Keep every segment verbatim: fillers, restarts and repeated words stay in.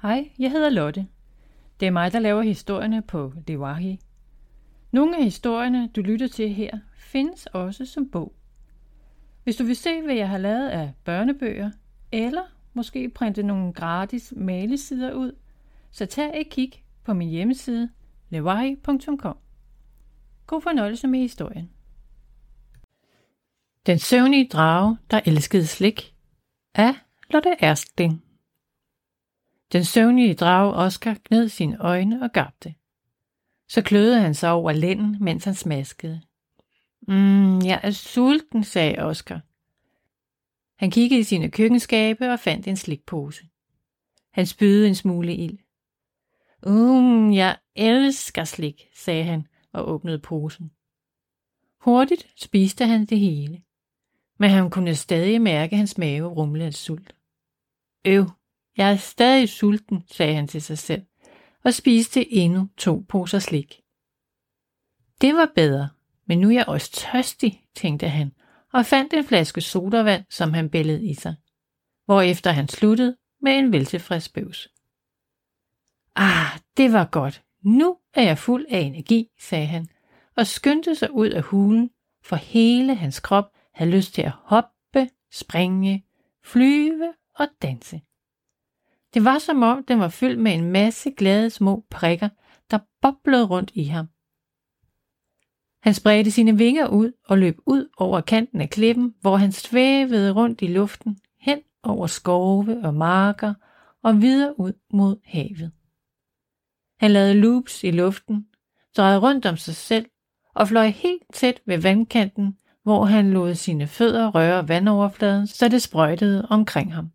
Hej, jeg hedder Lotte. Det er mig, der laver historierne på Lewahi. Nogle af historierne, du lytter til her, findes også som bog. Hvis du vil se, hvad jeg har lavet af børnebøger, eller måske printe nogle gratis malesider ud, så tag et kig på min hjemmeside lewahi punktum com. God fornøjelse med historien. Den søvnige drage, der elskede slik, af Lotte Erstling. Den søvnige drage Oscar gned sine øjne og gabte. Så kløede han sig over lænden, mens han smaskede. Mm, jeg er sulten, sagde Oscar. Han kiggede i sine køkkenskabe og fandt en slikpose. Han spydede en smule ild. Um, jeg elsker slik, sagde han og åbnede posen. Hurtigt spiste han det hele, men han kunne stadig mærke hans mave rumle af sult. Øv, jeg er stadig sulten, sagde han til sig selv, og spiste endnu to poser slik. Det var bedre, men nu er jeg også tørstig, tænkte han, og fandt en flaske sodavand, som han bællede i sig, hvorefter han sluttede med en veltilfreds bøvs. Ah, det var godt. Nu er jeg fuld af energi, sagde han, og skyndte sig ud af hulen, for hele hans krop havde lyst til at hoppe, springe, flyve og danse. Det var som om, den var fyldt med en masse glade små prikker, der boblede rundt i ham. Han spredte sine vinger ud og løb ud over kanten af klippen, hvor han svævede rundt i luften, hen over skove og marker og videre ud mod havet. Han lavede loops i luften, drejede rundt om sig selv og fløj helt tæt ved vandkanten, hvor han lod sine fødder røre vandoverfladen, så det sprøjtede omkring ham.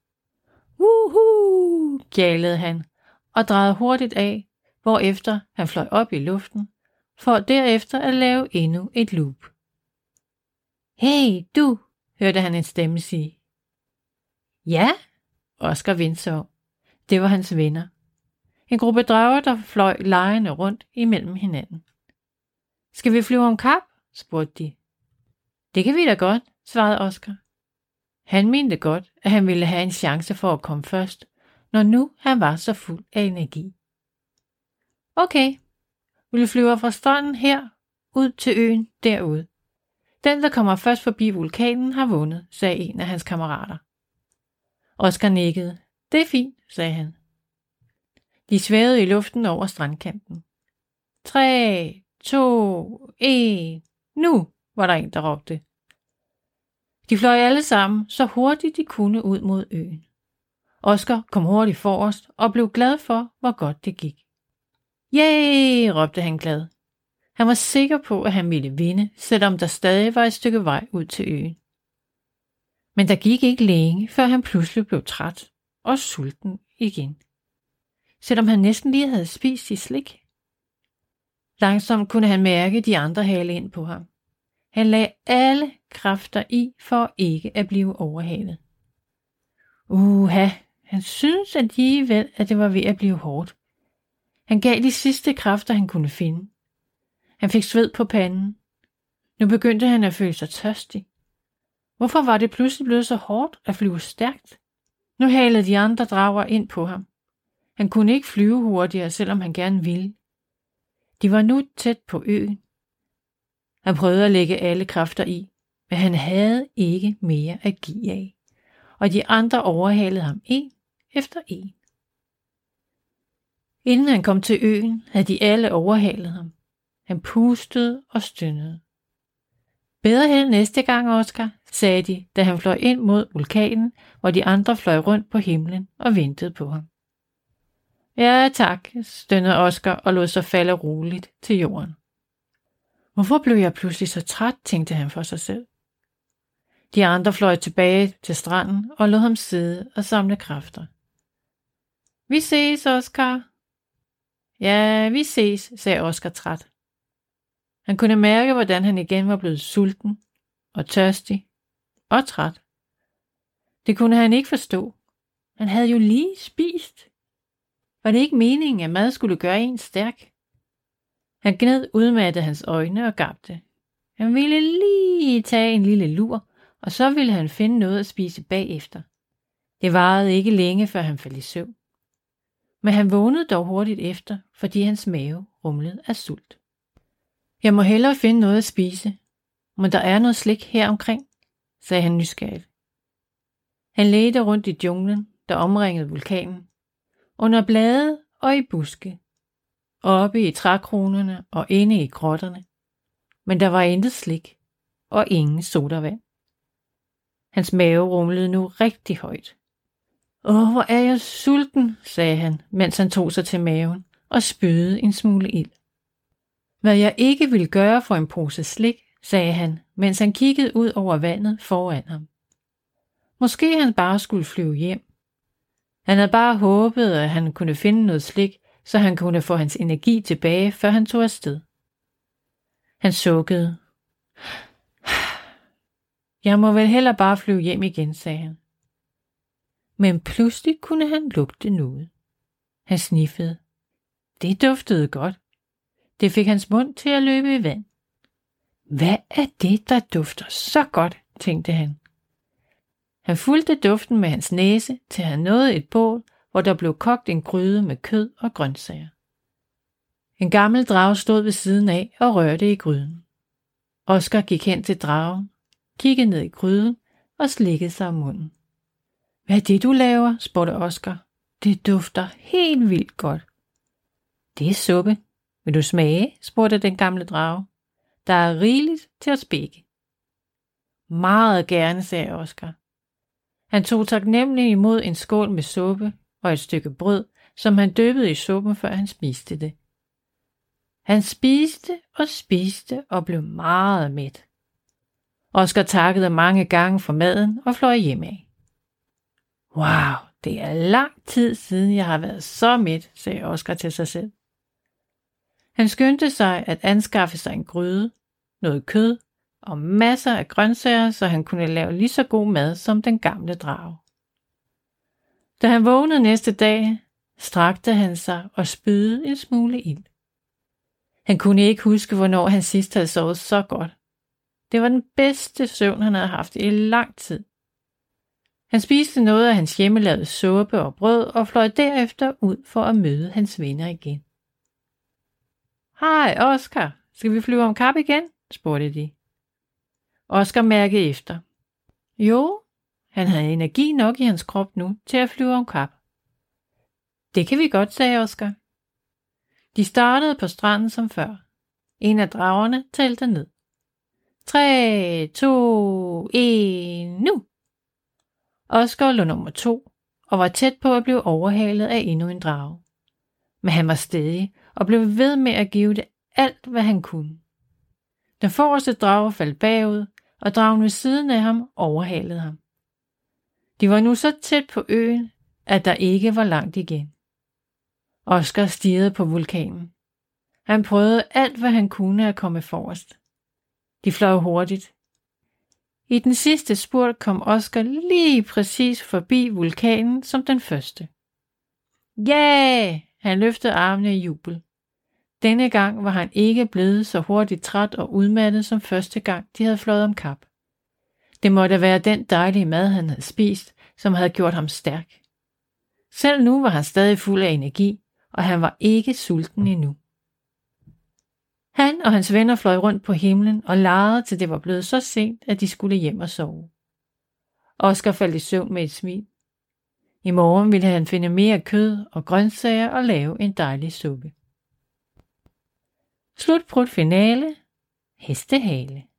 Woohoo! Gjælede han og drejede hurtigt af, hvorefter han fløj op i luften, for derefter at lave endnu et loop. Hey, du, hørte han en stemme sige. Ja, Oscar vendte sig om. Det var hans venner. En gruppe drager, der fløj legende rundt imellem hinanden. Skal vi flyve om kap? Spurgte de. Det kan vi da godt, svarede Oscar. Han mente godt, at han ville have en chance for at komme først, når nu han var så fuld af energi. Okay, vi flyver fra stranden her ud til øen derude. Den, der kommer først forbi vulkanen, har vundet, sagde en af hans kammerater. Oscar nikkede. Det er fint, sagde han. De svævede i luften over strandkanten. Tre, to, en, nu, var der en, der råbte. De fløj alle sammen så hurtigt de kunne ud mod øen. Oscar kom hurtigt forrest og blev glad for, hvor godt det gik. Yay, råbte han glad. Han var sikker på, at han ville vinde, selvom der stadig var et stykke vej ud til øen. Men der gik ikke længe, før han pludselig blev træt og sulten igen. Selvom han næsten lige havde spist sit slik. Langsomt kunne han mærke de andre hale ind på ham. Han lagde alle kræfter i for ikke at blive overhalet. Uha, han syntes alligevel, at det var ved at blive hårdt. Han gav de sidste kræfter, han kunne finde. Han fik sved på panden. Nu begyndte han at føle sig tørstig. Hvorfor var det pludselig blevet så hårdt at flyve stærkt? Nu halede de andre drager ind på ham. Han kunne ikke flyve hurtigere, selvom han gerne ville. De var nu tæt på øen. Han prøvede at lægge alle kræfter i, men han havde ikke mere at give af, og de andre overhalede ham en efter en. Inden han kom til øen, havde de alle overhalet ham. Han pustede og stønnede. Bedre held næste gang, Oscar, sagde de, da han fløj ind mod vulkanen, hvor de andre fløj rundt på himlen og ventede på ham. Ja tak, stønnede Oscar og lod sig falde roligt til jorden. Hvorfor blev jeg pludselig så træt, tænkte han for sig selv. De andre fløj tilbage til stranden og lod ham sidde og samle kræfter. Vi ses, Oscar. Ja, vi ses, sagde Oscar træt. Han kunne mærke, hvordan han igen var blevet sulten og tørstig og træt. Det kunne han ikke forstå. Han havde jo lige spist. Var det ikke meningen, at mad skulle gøre en stærk? Han gned udmattet hans øjne og gabte. Han ville lige tage en lille lur, og så ville han finde noget at spise bagefter. Det varede ikke længe, før han faldt i søvn. Men han vågnede dog hurtigt efter, fordi hans mave rumlede af sult. Jeg må hellere finde noget at spise, men der er noget slik her omkring, sagde han nysgerrigt. Han ledte rundt i junglen, der omringede vulkanen, under blade og i buske, oppe i trækronerne og inde i grotterne, men der var intet slik og ingen sodavand. Hans mave rumlede nu rigtig højt. Åh, hvor er jeg sulten, sagde han, mens han tog sig til maven og spydede en smule ild. Hvad jeg ikke ville gøre for en pose slik, sagde han, mens han kiggede ud over vandet foran ham. Måske han bare skulle flyve hjem. Han havde bare håbet, at han kunne finde noget slik, så han kunne få hans energi tilbage, før han tog afsted. Han sukkede. Jeg må vel heller bare flyve hjem igen, sagde han. Men pludselig kunne han lugte noget. Han sniffede. Det duftede godt. Det fik hans mund til at løbe i vand. Hvad er det, der dufter så godt, tænkte han. Han fulgte duften med hans næse, til han nåede et bål, hvor der blev kogt en gryde med kød og grøntsager. En gammel drage stod ved siden af og rørte i gryden. Oscar gik hen til dragen, kiggede ned i gryden og slikkede sig om munden. Hvad er det, du laver? spurgte Oscar. Det dufter helt vildt godt. Det er suppe. Vil du smage? spurgte den gamle drage. Der er rigeligt til at spække. Meget gerne, sagde Oscar. Han tog taknemmelig imod en skål med suppe og et stykke brød, som han dyppede i suppen, før han spiste det. Han spiste og spiste og blev meget mæt. Oscar takkede mange gange for maden og fløj hjemad. Wow, det er lang tid siden jeg har været så mæt, sagde Oscar til sig selv. Han skyndte sig at anskaffe sig en gryde, noget kød og masser af grøntsager, så han kunne lave lige så god mad som den gamle drage. Da han vågnede næste dag, strakte han sig og spydede en smule ild. Han kunne ikke huske, hvornår han sidst havde sovet så godt. Det var den bedste søvn, han havde haft i lang tid. Han spiste noget af hans hjemmelavede suppe og brød og fløj derefter ud for at møde hans venner igen. Hej Oscar, skal vi flyve om kap igen? spurgte de. Oscar mærkede efter. Jo, han havde energi nok i hans krop nu til at flyve om kap. Det kan vi godt, sagde Oscar. De startede på stranden som før. En af dragerne talte ned. tre, to, et, nu! Oscar lå nummer to og var tæt på at blive overhalet af endnu en drage. Men han var stædig og blev ved med at give det alt, hvad han kunne. Den forreste drage faldt bagud, og dragen ved siden af ham overhalede ham. De var nu så tæt på øen, at der ikke var langt igen. Oscar stirrede på vulkanen. Han prøvede alt, hvad han kunne at komme forrest. De fløj hurtigt. I den sidste spurt kom Oscar lige præcis forbi vulkanen som den første. Ja! Yeah! Han løftede armene i jubel. Denne gang var han ikke blevet så hurtigt træt og udmattet som første gang, de havde fløjet om kap. Det måtte være den dejlige mad, han havde spist, som havde gjort ham stærk. Selv nu var han stadig fuld af energi, og han var ikke sulten endnu. Han og hans venner fløj rundt på himlen og legede, til det var blevet så sent, at de skulle hjem og sove. Oscar faldt i søvn med et smil. I morgen ville han finde mere kød og grøntsager og lave en dejlig suppe. Slutbrud finale. Hestehale.